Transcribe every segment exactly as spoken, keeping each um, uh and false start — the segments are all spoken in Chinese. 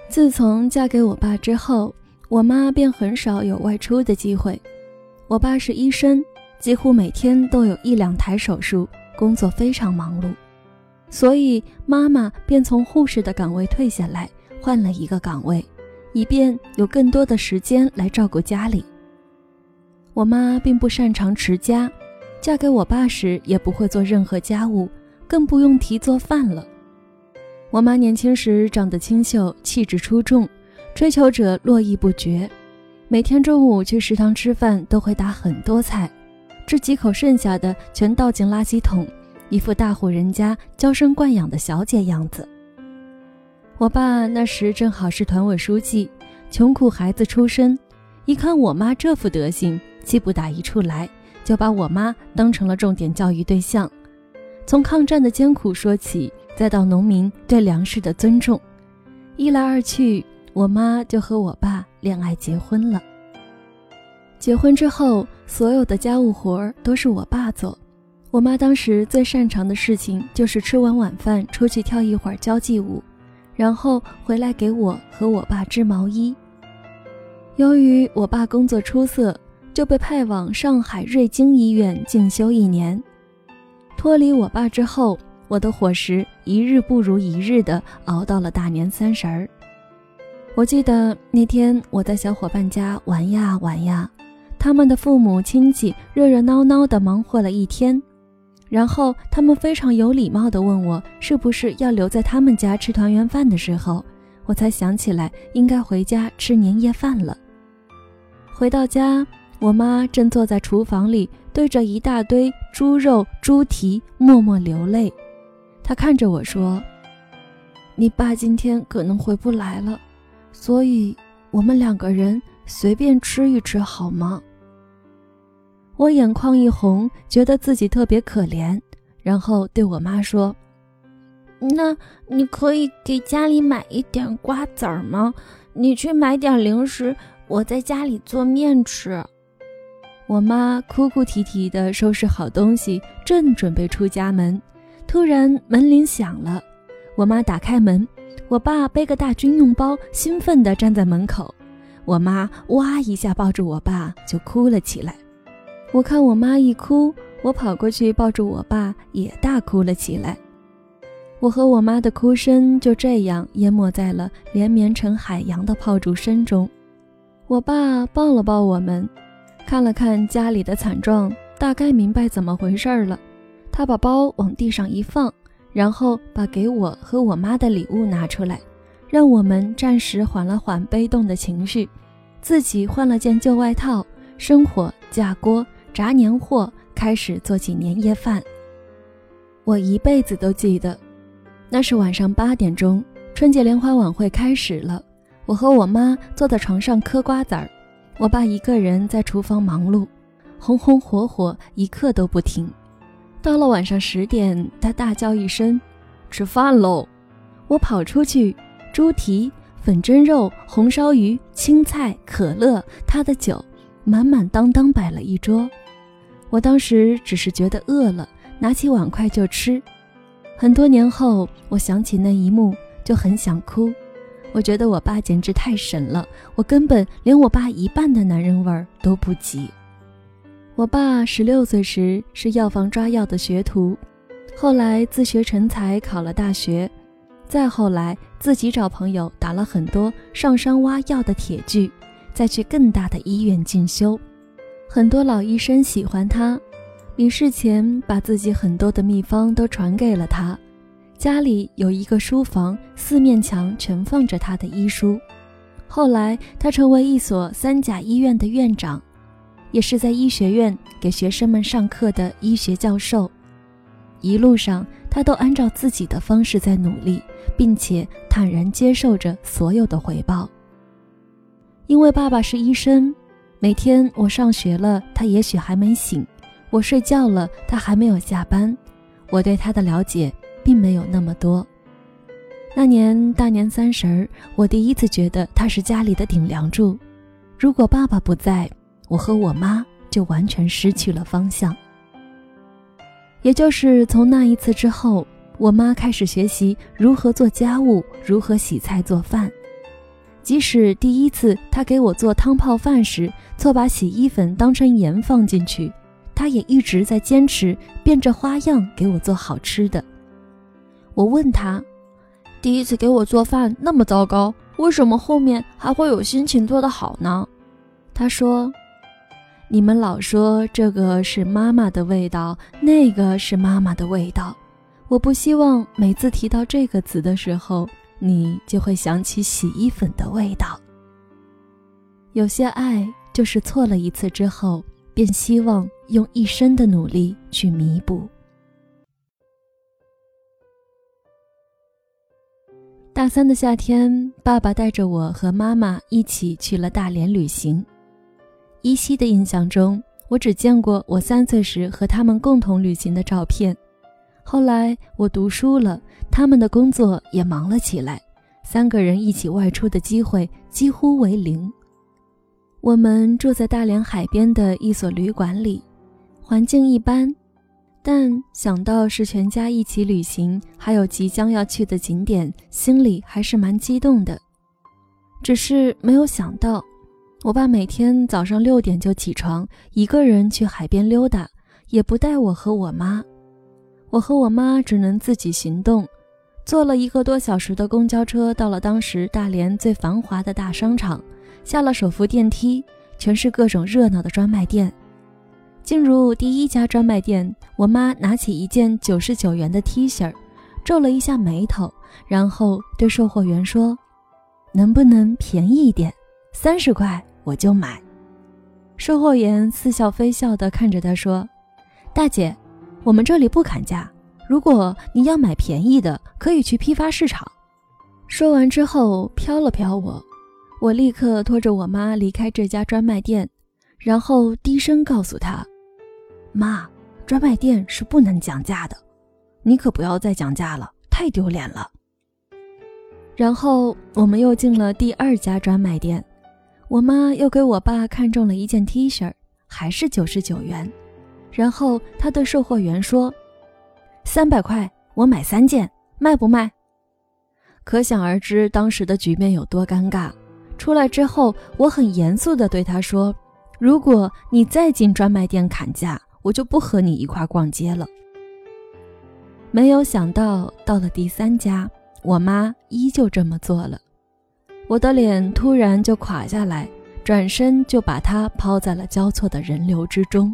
自从嫁给我爸之后，我妈便很少有外出的机会。我爸是医生，几乎每天都有一两台手术，工作非常忙碌，所以妈妈便从护士的岗位退下来，换了一个岗位，以便有更多的时间来照顾家里。我妈并不擅长持家，嫁给我爸时也不会做任何家务，更不用提做饭了。我妈年轻时长得清秀，气质出众，追求者络绎不绝，每天中午去食堂吃饭都会打很多菜，这几口剩下的全倒进垃圾桶，一副大户人家娇生惯养的小姐样子。我爸那时正好是团委书记，穷苦孩子出身，一看我妈这副德行，气不打一处来，就把我妈当成了重点教育对象。从抗战的艰苦说起，再到农民对粮食的尊重，一来二去，我妈就和我爸恋爱结婚了。结婚之后，所有的家务活都是我爸做。我妈当时最擅长的事情就是吃完晚饭出去跳一会儿交际舞，然后回来给我和我爸织毛衣。由于我爸工作出色，就被派往上海瑞金医院进修一年。脱离我爸之后，我的伙食一日不如一日地熬到了大年三十儿。我记得那天我在小伙伴家玩呀玩呀，他们的父母亲戚热热闹闹地忙活了一天，然后他们非常有礼貌地问我是不是要留在他们家吃团圆饭的时候，我才想起来应该回家吃年夜饭了。回到家，我妈正坐在厨房里，对着一大堆猪肉、猪蹄默默流泪。她看着我说：“你爸今天可能回不来了，所以我们两个人随便吃一吃好吗？”我眼眶一红，觉得自己特别可怜，然后对我妈说：“那你可以给家里买一点瓜子儿吗？你去买点零食，我在家里做面吃。”我妈哭哭啼啼地收拾好东西，正准备出家门，突然门铃响了。我妈打开门，我爸背个大军用包，兴奋地站在门口。我妈哇一下抱住我爸，就哭了起来。我看我妈一哭，我跑过去抱住我爸，也大哭了起来。我和我妈的哭声就这样淹没在了连绵成海洋的炮竹声中。我爸抱了抱我们，看了看家里的惨状，大概明白怎么回事了。他把包往地上一放，然后把给我和我妈的礼物拿出来，让我们暂时缓了缓悲动的情绪，自己换了件旧外套，生火架锅炸年货，开始做起年夜饭。我一辈子都记得，那是晚上八点钟，春节联欢晚会开始了。我和我妈坐在床上嗑瓜子儿，我爸一个人在厨房忙碌，红红火火，一刻都不停。到了晚上十点，他大叫一声：“吃饭喽！”我跑出去，猪蹄、粉蒸肉、红烧鱼、青菜、可乐，他的酒，满满当当摆了一桌。我当时只是觉得饿了，拿起碗筷就吃。很多年后，我想起那一幕，就很想哭。我觉得我爸简直太神了，我根本连我爸一半的男人味儿都不及。我爸十六岁时是药房抓药的学徒，后来自学成才考了大学，再后来自己找朋友打了很多上山挖药的铁锯，再去更大的医院进修。很多老医生喜欢他，离世前把自己很多的秘方都传给了他。家里有一个书房，四面墙全放着他的医书。后来他成为一所三甲医院的院长，也是在医学院给学生们上课的医学教授。一路上他都按照自己的方式在努力，并且坦然接受着所有的回报。因为爸爸是医生，每天我上学了，他也许还没醒，我睡觉了，他还没有下班，我对他的了解并没有那么多。那年大年三十儿，我第一次觉得他是家里的顶梁柱。如果爸爸不在，我和我妈就完全失去了方向。也就是从那一次之后，我妈开始学习如何做家务，如何洗菜做饭。 即使第一次他给我做汤泡饭时错把洗衣粉当成盐放进去，他也一直在坚持变着花样给我做好吃的。我问他，第一次给我做饭那么糟糕，为什么后面还会有心情做得好呢？他说，你们老说这个是妈妈的味道，那个是妈妈的味道，我不希望每次提到这个词的时候，你就会想起洗衣粉的味道。有些爱就是错了一次之后，便希望用一生的努力去弥补。大三的夏天，爸爸带着我和妈妈一起去了大连旅行。依稀的印象中，我只见过我三岁时和他们共同旅行的照片。后来我读书了，他们的工作也忙了起来，三个人一起外出的机会几乎为零。我们住在大连海边的一所旅馆里，环境一般，但想到是全家一起旅行，还有即将要去的景点，心里还是蛮激动的。只是没有想到，我爸每天早上六点就起床，一个人去海边溜达，也不带我和我妈。我和我妈只能自己行动，坐了一个多小时的公交车，到了当时大连最繁华的大商场，下了手扶电梯，全是各种热闹的专卖店。进入第一家专卖店，我妈拿起一件九十九元的 T 恤，皱了一下眉头，然后对售货员说，能不能便宜一点，三十块我就买。售货员似笑非笑地看着她说，大姐，我们这里不砍价，如果你要买便宜的，可以去批发市场。说完之后瞟了瞟我，我立刻拖着我妈离开这家专卖店，然后低声告诉她，妈，专卖店是不能讲价的，你可不要再讲价了，太丢脸了。然后我们又进了第二家专卖店，我妈又给我爸看中了一件 T 恤，还是九十九元。然后他对售货员说，三百块我买三件，卖不卖？可想而知当时的局面有多尴尬。出来之后，我很严肃地对他说，如果你再进专卖店砍价，我就不和你一块逛街了。没有想到到了第三家，我妈依旧这么做了。我的脸突然就垮下来，转身就把她抛在了交错的人流之中。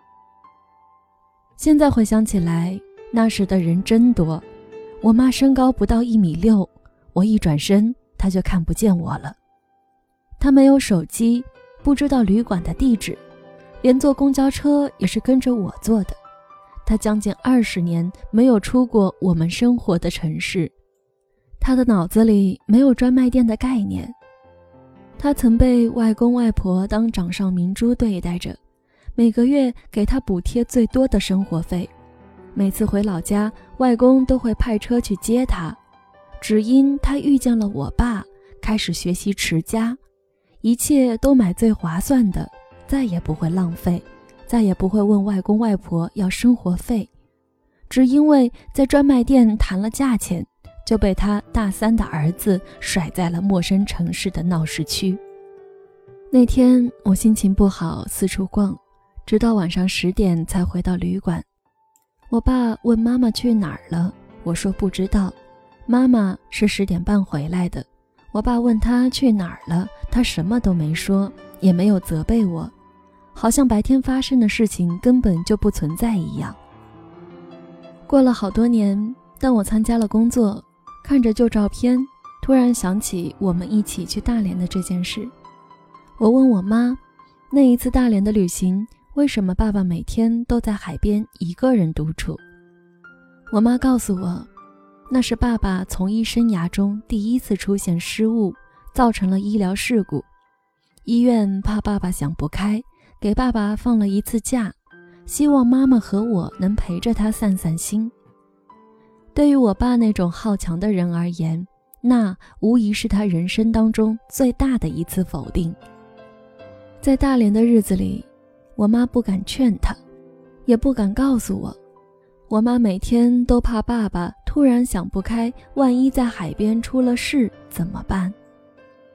现在回想起来，那时的人真多。我妈身高不到一米六，我一转身，她就看不见我了。她没有手机，不知道旅馆的地址，连坐公交车也是跟着我坐的。她将近二十年没有出过我们生活的城市，她的脑子里没有专卖店的概念。她曾被外公外婆当掌上明珠对待着，每个月给她补贴最多的生活费。每次回老家，外公都会派车去接她。只因她遇见了我爸，开始学习持家，一切都买最划算的，再也不会浪费，再也不会问外公外婆要生活费。只因为在专卖店谈了价钱，就被他大三的儿子甩在了陌生城市的闹市区。那天我心情不好，四处逛，直到晚上十点才回到旅馆。我爸问妈妈去哪儿了，我说不知道。妈妈是十点半回来的。我爸问他去哪儿了，他什么都没说，也没有责备我，好像白天发生的事情根本就不存在一样。过了好多年，当我参加了工作，看着旧照片，突然想起我们一起去大连的这件事。我问我妈，那一次大连的旅行，为什么爸爸每天都在海边一个人独处？我妈告诉我，那是爸爸从医生涯中第一次出现失误，造成了医疗事故。医院怕爸爸想不开，给爸爸放了一次假，希望妈妈和我能陪着他散散心。对于我爸那种好强的人而言，那无疑是他人生当中最大的一次否定。在大连的日子里，我妈不敢劝他，也不敢告诉我。我妈每天都怕爸爸突然想不开，万一在海边出了事怎么办？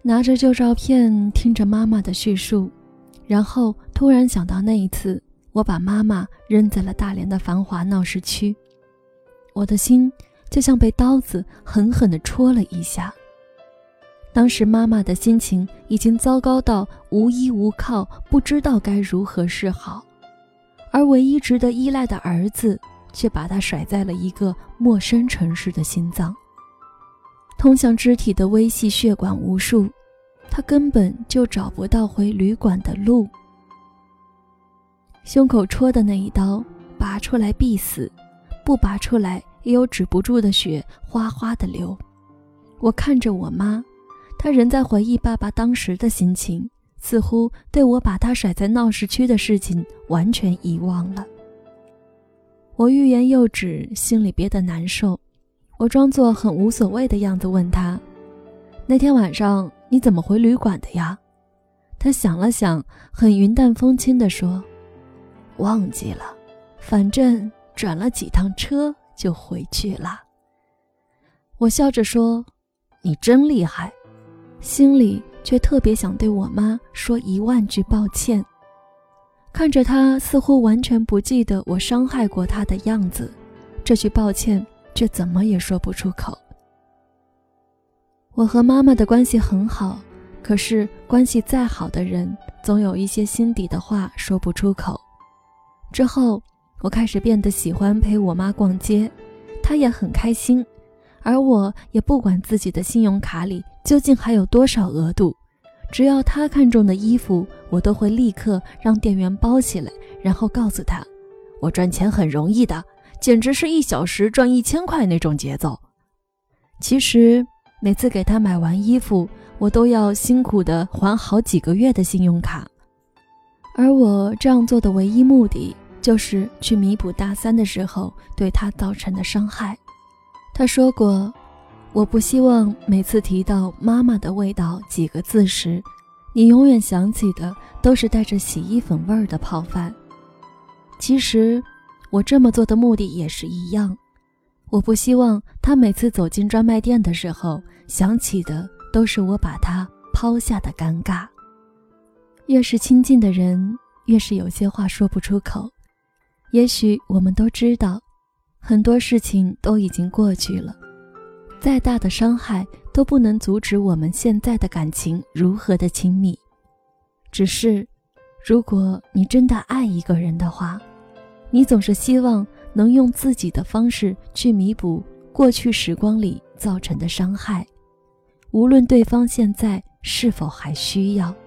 拿着旧照片，听着妈妈的叙述，然后突然想到那一次我把妈妈扔在了大连的繁华闹市区，我的心就像被刀子狠狠地戳了一下。当时妈妈的心情已经糟糕到无依无靠，不知道该如何是好，而唯一值得依赖的儿子却把她甩在了一个陌生城市的心脏。通向肢体的微细血管无数，她根本就找不到回旅馆的路。胸口戳的那一刀，拔出来必死，不拔出来也有止不住的血哗哗地流。我看着我妈，她仍在回忆爸爸当时的心情，似乎对我把他甩在闹市区的事情完全遗忘了。我欲言又止，心里憋得难受。我装作很无所谓的样子问他，那天晚上你怎么回旅馆的呀？他想了想，很云淡风轻地说，忘记了，反正转了几趟车就回去了。我笑着说，你真厉害，心里却特别想对我妈说一万句抱歉。看着她似乎完全不记得我伤害过她的样子，这句抱歉却怎么也说不出口。我和妈妈的关系很好，可是关系再好的人，总有一些心底的话说不出口。之后我开始变得喜欢陪我妈逛街，她也很开心，而我也不管自己的信用卡里究竟还有多少额度，只要她看中的衣服，我都会立刻让店员包起来，然后告诉她，我赚钱很容易的，简直是一小时赚一千块那种节奏。其实每次给她买完衣服，我都要辛苦地还好几个月的信用卡，而我这样做的唯一目的，就是去弥补大三的时候对她造成的伤害。她说过，我不希望每次提到妈妈的味道几个字时，你永远想起的都是带着洗衣粉味儿的泡饭。其实我这么做的目的也是一样，我不希望她每次走进专卖店的时候，想起的都是我把她抛下的尴尬。越是亲近的人，越是有些话说不出口。也许我们都知道，很多事情都已经过去了，再大的伤害都不能阻止我们现在的感情如何的亲密。只是如果你真的爱一个人的话，你总是希望能用自己的方式去弥补过去时光里造成的伤害，无论对方现在是否还需要。